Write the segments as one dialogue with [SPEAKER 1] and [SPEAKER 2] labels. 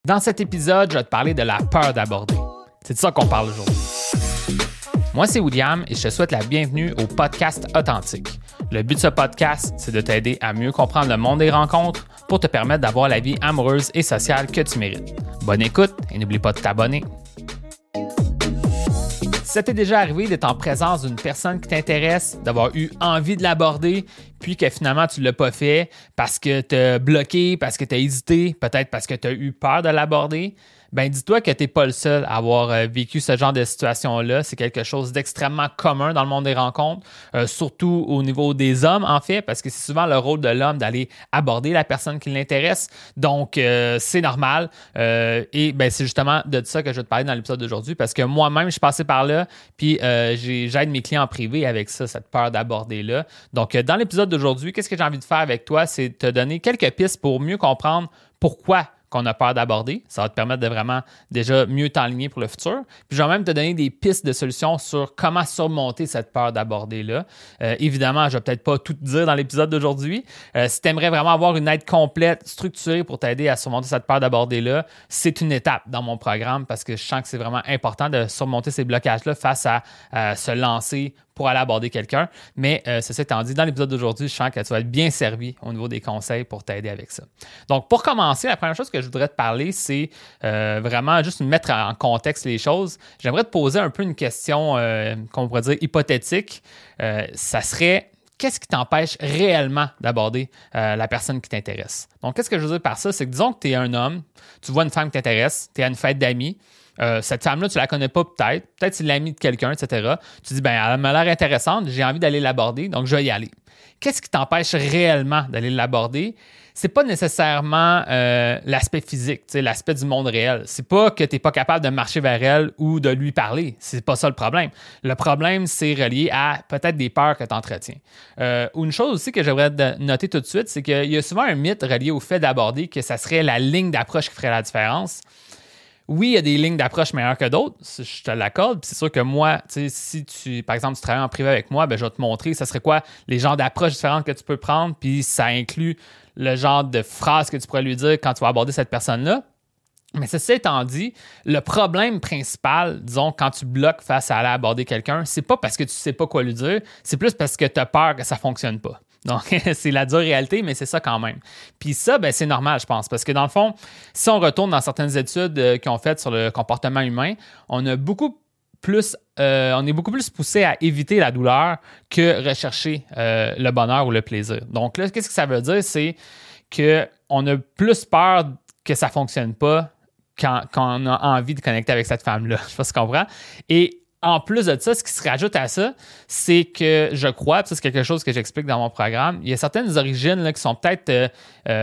[SPEAKER 1] Dans cet épisode, je vais te parler de la peur d'aborder. C'est de ça qu'on parle aujourd'hui. Moi, c'est William et je te souhaite la bienvenue au podcast Authentique. Le but de ce podcast, c'est de t'aider à mieux comprendre le monde des rencontres pour te permettre d'avoir la vie amoureuse et sociale que tu mérites. Bonne écoute et n'oublie pas de t'abonner. Si ça t'est déjà arrivé d'être en présence d'une personne qui t'intéresse, d'avoir eu envie de l'aborder, puis que finalement tu ne l'as pas fait parce que tu as bloqué, parce que tu as hésité, peut-être parce que tu as eu peur de l'aborder, ben dis-toi que tu n'es pas le seul à avoir vécu ce genre de situation-là. C'est quelque chose d'extrêmement commun dans le monde des rencontres, surtout au niveau des hommes, en fait, parce que c'est souvent le rôle de l'homme d'aller aborder la personne qui l'intéresse. Donc, c'est normal. Et ben, c'est justement de ça que je vais te parler dans l'épisode d'aujourd'hui, parce que moi-même, je suis passé par là, puis j'aide mes clients en privé avec ça, cette peur d'aborder là. Donc, dans l'épisode d'aujourd'hui, qu'est-ce que j'ai envie de faire avec toi? C'est te donner quelques pistes pour mieux comprendre pourquoi qu'on a peur d'aborder. Ça va te permettre de vraiment déjà mieux t'enligner pour le futur. Puis je vais même te donner des pistes de solutions sur comment surmonter cette peur d'aborder-là. Évidemment, je ne vais peut-être pas tout te dire dans l'épisode d'aujourd'hui. Si tu aimerais vraiment avoir une aide complète, structurée pour t'aider à surmonter cette peur d'aborder-là, c'est une étape dans mon programme parce que je sens que c'est vraiment important de surmonter ces blocages-là face à se lancer pour aller aborder quelqu'un. Mais ceci étant dit, dans l'épisode d'aujourd'hui, je sens que tu vas être bien servi au niveau des conseils pour t'aider avec ça. Donc, pour commencer, la première chose que je voudrais te parler, c'est vraiment juste mettre en contexte les choses. J'aimerais te poser un peu une question qu'on pourrait dire hypothétique. Ça serait, qu'est-ce qui t'empêche réellement d'aborder la personne qui t'intéresse? Donc, qu'est-ce que je veux dire par ça? C'est que disons que tu es un homme, tu vois une femme qui t'intéresse, tu es à une fête d'amis, cette femme-là, tu la connais pas peut-être c'est l'amie de quelqu'un, etc. Tu dis, ben elle m'a l'air intéressante, j'ai envie d'aller l'aborder, donc je vais y aller. Qu'est-ce qui t'empêche réellement d'aller l'aborder? C'est pas nécessairement l'aspect physique, l'aspect du monde réel. C'est pas que tu n'es pas capable de marcher vers elle ou de lui parler. C'est pas ça le problème. Le problème, c'est relié à peut-être des peurs que tu entretiens. Une chose aussi que j'aimerais noter tout de suite, c'est qu'il y a souvent un mythe relié au fait d'aborder que ça serait la ligne d'approche qui ferait la différence. Oui, il y a des lignes d'approche meilleures que d'autres, je te l'accorde. Puis c'est sûr que moi, si tu, par exemple, tu travailles en privé avec moi, ben, je vais te montrer ce serait quoi les genres d'approches différentes que tu peux prendre. Puis ça inclut le genre de phrases que tu pourrais lui dire quand tu vas aborder cette personne-là. Mais ceci étant dit, le problème principal, disons, quand tu bloques face à aller aborder quelqu'un, c'est pas parce que tu sais pas quoi lui dire, c'est plus parce que tu as peur que ça fonctionne pas. Donc, c'est la dure réalité, mais c'est ça quand même. Puis ça, ben, c'est normal, je pense, parce que dans le fond, si on retourne dans certaines études qui ont fait sur le comportement humain, on est beaucoup plus poussé à éviter la douleur que rechercher le bonheur ou le plaisir. Donc là, qu'est-ce que ça veut dire? C'est qu'on a plus peur que ça ne fonctionne pas quand on a envie de connecter avec cette femme-là. Je ne sais pas si tu comprends. Et en plus de ça, ce qui se rajoute à ça, c'est que je crois, puis ça c'est quelque chose que j'explique dans mon programme, il y a certaines origines là, qui sont peut-être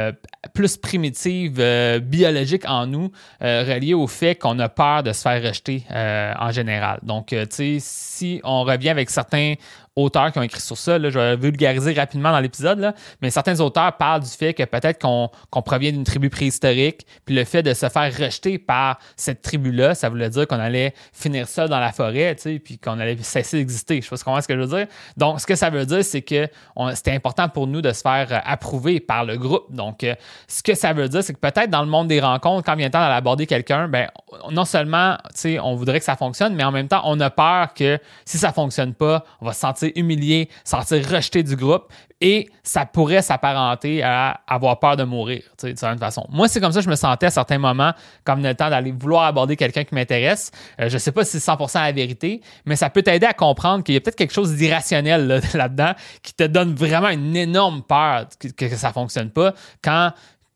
[SPEAKER 1] plus primitives, biologiques en nous, reliées au fait qu'on a peur de se faire rejeter en général. Donc, tu sais, si on revient avec certains auteurs qui ont écrit sur ça, là, je vais vulgariser rapidement dans l'épisode, là, mais certains auteurs parlent du fait que peut-être qu'on provient d'une tribu préhistorique, puis le fait de se faire rejeter par cette tribu-là, ça voulait dire qu'on allait finir seul dans la forêt, puis qu'on allait cesser d'exister. Je ne sais pas si tu comprends ce que je veux dire. Donc, ce que ça veut dire, c'est que c'était important pour nous de se faire approuver par le groupe. Donc, ce que ça veut dire, c'est que peut-être dans le monde des rencontres, quand vient le temps d'aller aborder quelqu'un, ben, non seulement on voudrait que ça fonctionne, mais en même temps, on a peur que si ça ne fonctionne pas, on va se sentir humilié, sentir rejeté du groupe et ça pourrait s'apparenter à avoir peur de mourir, de certaine façon. Moi, c'est comme ça que je me sentais à certains moments quand venait le temps d'aller vouloir aborder quelqu'un qui m'intéresse. Je ne sais pas si c'est 100% la vérité, mais ça peut t'aider à comprendre qu'il y a peut-être quelque chose d'irrationnel là-dedans qui te donne vraiment une énorme peur que ça ne fonctionne pas quand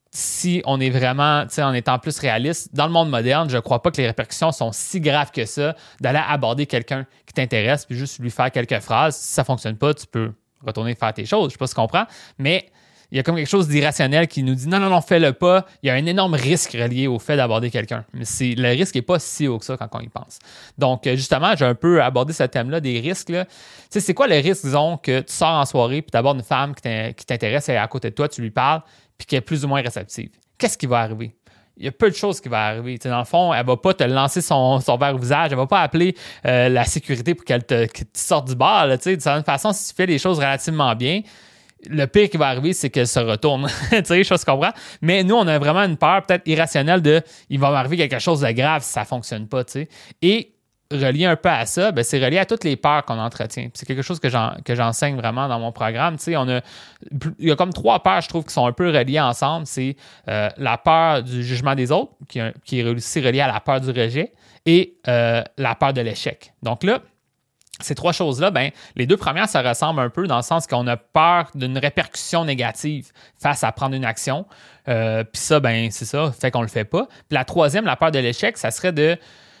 [SPEAKER 1] si on est vraiment, en étant plus réaliste, dans le monde moderne, je ne crois pas que les répercussions sont si graves que ça d'aller aborder quelqu'un qui t'intéresse puis juste lui faire quelques phrases. Si ça ne fonctionne pas, tu peux retourner faire tes choses. Je ne sais pas si tu comprends, mais il y a comme quelque chose d'irrationnel qui nous dit non, fais-le pas. Il y a un énorme risque relié au fait d'aborder quelqu'un. Mais le risque n'est pas si haut que ça quand on y pense. Donc, justement, j'ai un peu abordé ce thème-là, des risques. Là. C'est quoi le risque, disons, que tu sors en soirée puis tu abordes une femme qui t'intéresse, elle est à côté de toi, tu lui parles, puis qu'elle est plus ou moins réceptive. Qu'est-ce qui va arriver? Il y a peu de choses qui vont arriver. Dans le fond, elle ne va pas te lancer son verre au visage. Elle ne va pas appeler la sécurité pour qu'elle te sorte du bar. Là, de certaine façon, si tu fais les choses relativement bien, le pire qui va arriver, c'est qu'elle se retourne. Tu sais, je comprends. Mais nous, on a vraiment une peur peut-être irrationnelle de il va m'arriver quelque chose de grave si ça ne fonctionne pas. Tu sais. Et relié un peu à ça, ben, c'est relié à toutes les peurs qu'on entretient. Puis c'est quelque chose que j'enseigne vraiment dans mon programme. Tu sais, il y a comme 3 peurs, je trouve, qui sont un peu reliées ensemble. C'est la peur du jugement des autres, qui est aussi reliée à la peur du rejet, et la peur de l'échec. Donc là, ces 3 choses-là, ben, les 2 premières, ça ressemble un peu dans le sens qu'on a peur d'une répercussion négative face à prendre une action. Puis ça, ben, c'est ça, fait qu'on le fait pas. Puis la troisième, la peur de l'échec, ça serait de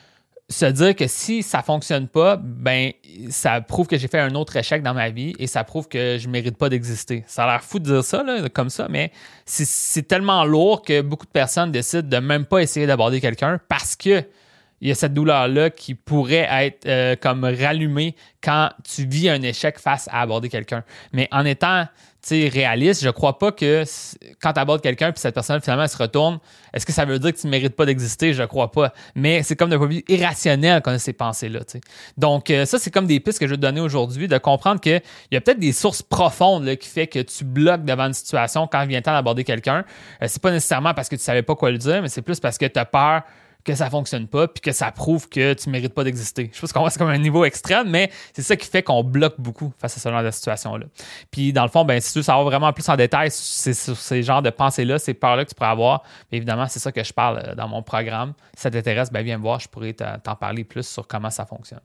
[SPEAKER 1] se dire que si ça ne fonctionne pas, ben ça prouve que j'ai fait un autre échec dans ma vie et ça prouve que je ne mérite pas d'exister. Ça a l'air fou de dire ça là, comme ça, mais c'est tellement lourd que beaucoup de personnes décident de même pas essayer d'aborder quelqu'un parce que il y a cette douleur-là qui pourrait être comme rallumée quand tu vis un échec face à aborder quelqu'un. Mais en étant réaliste, je ne crois pas que quand tu abordes quelqu'un puis cette personne finalement elle se retourne, est-ce que ça veut dire que tu ne mérites pas d'exister? Je ne crois pas. Mais c'est comme d'un point de vue irrationnel qu'on a ces pensées-là. T'sais. Donc ça, c'est comme des pistes que je vais te donner aujourd'hui, de comprendre qu'il y a peut-être des sources profondes là, qui fait que tu bloques devant une situation quand il vient le temps d'aborder quelqu'un. C'est pas nécessairement parce que tu ne savais pas quoi lui dire, mais c'est plus parce que tu as peur que ça fonctionne pas puis que ça prouve que tu mérites pas d'exister. Je pense qu'on voit c'est comme un niveau extrême, mais c'est ça qui fait qu'on bloque beaucoup face à ce genre de situation-là. Puis dans le fond, ben si tu veux savoir vraiment plus en détail sur ces genres de pensées-là, ces peurs-là que tu pourrais avoir, bien évidemment, c'est ça que je parle dans mon programme. Si ça t'intéresse, ben viens me voir, je pourrais t'en parler plus sur comment ça fonctionne.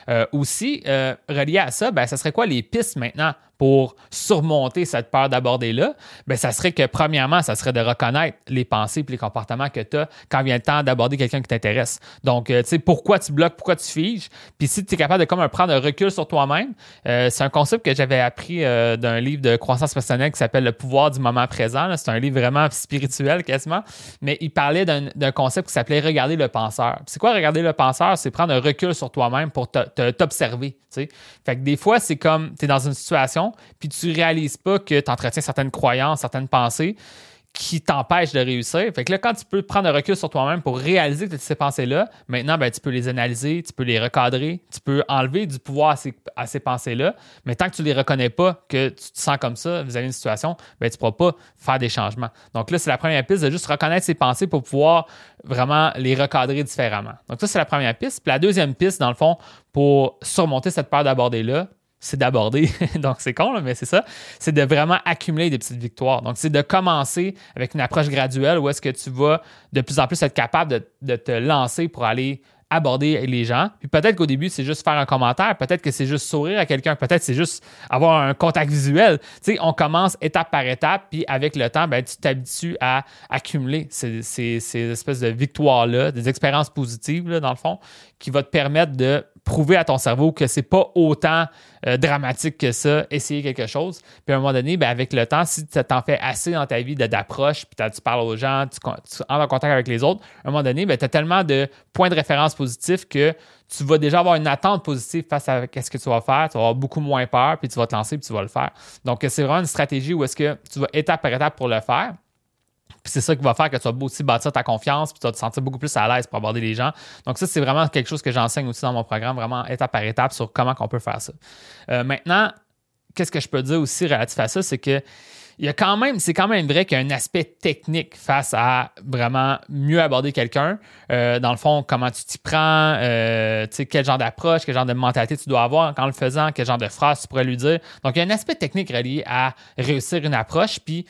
[SPEAKER 1] Aussi, relié à ça, ben ça serait quoi les pistes maintenant pour surmonter cette peur d'aborder-là? Bien, ça serait que, premièrement, ça serait de reconnaître les pensées et les comportements que tu as quand vient le temps d'aborder quelqu'un qui t'intéresse. Donc, tu sais, pourquoi tu bloques, pourquoi tu figes? Puis si tu es capable de comme prendre un recul sur toi-même, c'est un concept que j'avais appris d'un livre de croissance personnelle qui s'appelle Le pouvoir du moment présent. Là. C'est un livre vraiment spirituel quasiment, mais il parlait d'un concept qui s'appelait regarder le penseur. Puis c'est quoi regarder le penseur? C'est prendre un recul sur toi-même pour t'observer. Tu sais. Fait que des fois, c'est comme tu es dans une situation puis tu réalises pas que tu entretiens certaines croyances, certaines pensées qui t'empêchent de réussir. Fait que là, quand tu peux prendre un recul sur toi-même pour réaliser que tu as ces pensées-là, maintenant, ben, tu peux les analyser, tu peux les recadrer, tu peux enlever du pouvoir à ces pensées-là, mais tant que tu ne les reconnais pas, que tu te sens comme ça vis-à-vis d'une situation, ben, tu ne pourras pas faire des changements. Donc là, c'est la première piste de juste reconnaître ces pensées pour pouvoir vraiment les recadrer différemment. Donc ça, c'est la première piste. Puis la deuxième piste, dans le fond, pour surmonter cette peur d'aborder-là, c'est d'aborder, donc c'est con, là, mais c'est ça, c'est de vraiment accumuler des petites victoires. Donc, c'est de commencer avec une approche graduelle où est-ce que tu vas de plus en plus être capable de te lancer pour aller aborder les gens. Puis peut-être qu'au début, c'est juste faire un commentaire, peut-être que c'est juste sourire à quelqu'un, peut-être que c'est juste avoir un contact visuel. Tu sais, on commence étape par étape, puis avec le temps, ben, tu t'habitues à accumuler ces espèces de victoires-là, des expériences positives, là, dans le fond, qui vont te permettre de prouver à ton cerveau que c'est pas autant dramatique que ça, essayer quelque chose. Puis à un moment donné, ben, avec le temps, si tu t'en fais assez dans ta vie d'approche, puis tu parles aux gens, tu entres en contact avec les autres, à un moment donné, ben, tu as tellement de points de référence positifs que tu vas déjà avoir une attente positive face à ce que tu vas faire, tu vas avoir beaucoup moins peur, puis tu vas te lancer, puis tu vas le faire. Donc, c'est vraiment une stratégie où est-ce que tu vas étape par étape pour le faire. Puis c'est ça qui va faire que tu vas aussi bâtir ta confiance, puis tu vas te sentir beaucoup plus à l'aise pour aborder les gens. Donc ça, c'est vraiment quelque chose que j'enseigne aussi dans mon programme, vraiment étape par étape sur comment on peut faire ça. Maintenant, qu'est-ce que je peux dire aussi relatif à ça, c'est que c'est quand même vrai qu'il y a un aspect technique face à vraiment mieux aborder quelqu'un. Dans le fond, comment tu t'y prends, quel genre d'approche, quel genre de mentalité tu dois avoir en le faisant, quel genre de phrase tu pourrais lui dire. Donc, il y a un aspect technique relié à réussir une approche, puis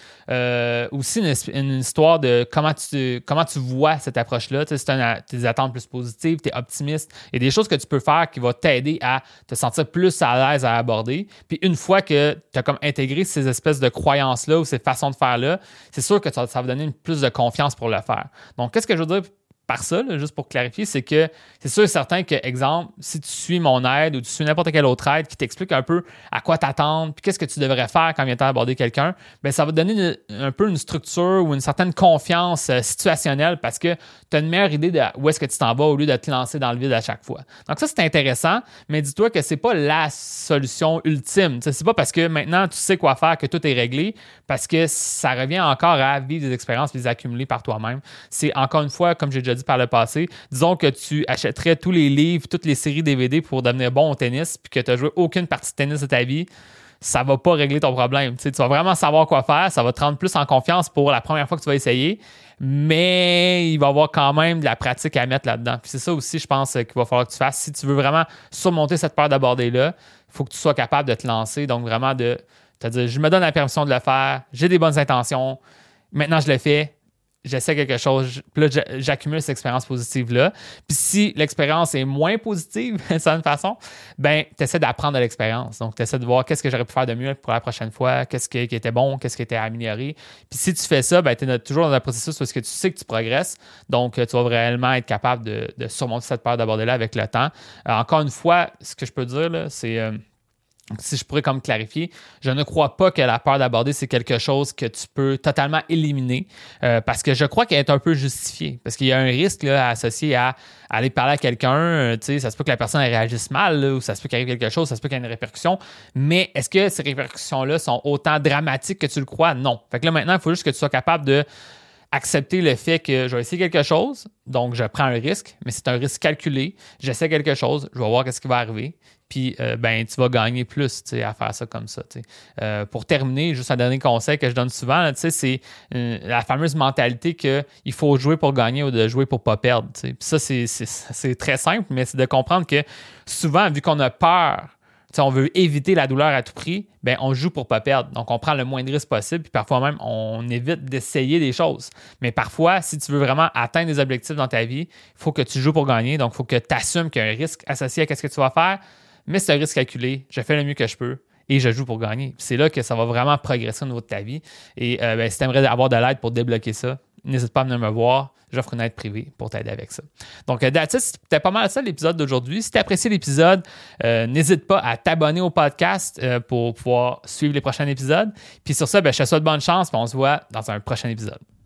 [SPEAKER 1] aussi une histoire de comment tu vois cette approche-là. Si tu as des attentes plus positives, tu es optimiste, il y a des choses que tu peux faire qui vont t'aider à te sentir plus à l'aise à aborder. Puis une fois que tu as comme intégré ces espèces de croyances là ou ces façons de faire-là, c'est sûr que ça va donner plus de confiance pour le faire. Donc, qu'est-ce que je veux dire par ça, là, juste pour clarifier, c'est que c'est sûr et certain que, exemple, si tu suis mon aide ou tu suis n'importe quelle autre aide qui t'explique un peu à quoi t'attendre, puis qu'est-ce que tu devrais faire quand vient temps d'aborder quelqu'un, bien, ça va te donner un peu une structure ou une certaine confiance situationnelle parce que tu as une meilleure idée de où est-ce que tu t'en vas au lieu de te lancer dans le vide à chaque fois. Donc ça, c'est intéressant, mais dis-toi que c'est pas la solution ultime. T'sais, c'est pas parce que maintenant tu sais quoi faire que tout est réglé, parce que ça revient encore à vivre des expériences et les accumuler par toi-même. C'est encore une fois, comme j'ai déjà dit par le passé, disons que tu achèterais tous les livres, toutes les séries DVD pour devenir bon au tennis, puis que tu n'as joué aucune partie de tennis de ta vie, ça va pas régler ton problème. Tu vas vraiment savoir quoi faire, ça va te rendre plus en confiance pour la première fois que tu vas essayer, mais il va y avoir quand même de la pratique à mettre là-dedans. Puis c'est ça aussi, je pense, qu'il va falloir que tu fasses. Si tu veux vraiment surmonter cette peur d'aborder-là, il faut que tu sois capable de te lancer. Donc vraiment de te dire, je me donne la permission de le faire, j'ai des bonnes intentions, maintenant je le fais. J'essaie quelque chose, puis là, j'accumule cette expérience positive-là. Puis si l'expérience est moins positive, d'une certaine façon, ben tu essaies d'apprendre de l'expérience. Donc, tu essaies de voir qu'est-ce que j'aurais pu faire de mieux pour la prochaine fois, qu'est-ce qui était bon, qu'est-ce qui était amélioré. Puis si tu fais ça, ben tu es toujours dans un processus parce que tu sais que tu progresses. Donc, tu vas réellement être capable de surmonter cette peur d'aborder-là avec le temps. Encore une fois, ce que je peux dire, là, c'est... si je pourrais comme clarifier, je ne crois pas que la peur d'aborder, c'est quelque chose que tu peux totalement éliminer parce que je crois qu'elle est un peu justifiée. Parce qu'il y a un risque là, associé à aller parler à quelqu'un, ça se peut que la personne elle réagisse mal là, ou ça se peut qu'il arrive quelque chose, ça se peut qu'il y ait une répercussion. Mais est-ce que ces répercussions-là sont autant dramatiques que tu le crois? Non. Fait que là, maintenant, il faut juste que tu sois capable de accepter le fait que je vais essayer quelque chose, donc je prends un risque, mais c'est un risque calculé. J'essaie quelque chose, je vais voir ce qui va arriver. Puis, tu vas gagner plus à faire ça comme ça. Pour terminer, juste un dernier conseil que je donne souvent, là, c'est la fameuse mentalité qu'il faut jouer pour gagner ou de jouer pour ne pas perdre. Puis ça, c'est très simple, mais c'est de comprendre que souvent, vu qu'on a peur, on veut éviter la douleur à tout prix, ben on joue pour ne pas perdre. Donc, on prend le moins de risques possible, puis parfois même, on évite d'essayer des choses. Mais parfois, si tu veux vraiment atteindre des objectifs dans ta vie, il faut que tu joues pour gagner. Donc, il faut que tu assumes qu'il y a un risque associé à ce que tu vas faire, mais c'est un risque calculé. Je fais le mieux que je peux et je joue pour gagner. Puis c'est là que ça va vraiment progresser au niveau de ta vie. Et si tu aimerais avoir de l'aide pour débloquer ça, n'hésite pas à venir me voir. J'offre une aide privée pour t'aider avec ça. Donc, that's it. C'était pas mal ça l'épisode d'aujourd'hui. Si tu as apprécié l'épisode, n'hésite pas à t'abonner au podcast pour pouvoir suivre les prochains épisodes. Puis sur ça, je te souhaite bonne chance et on se voit dans un prochain épisode.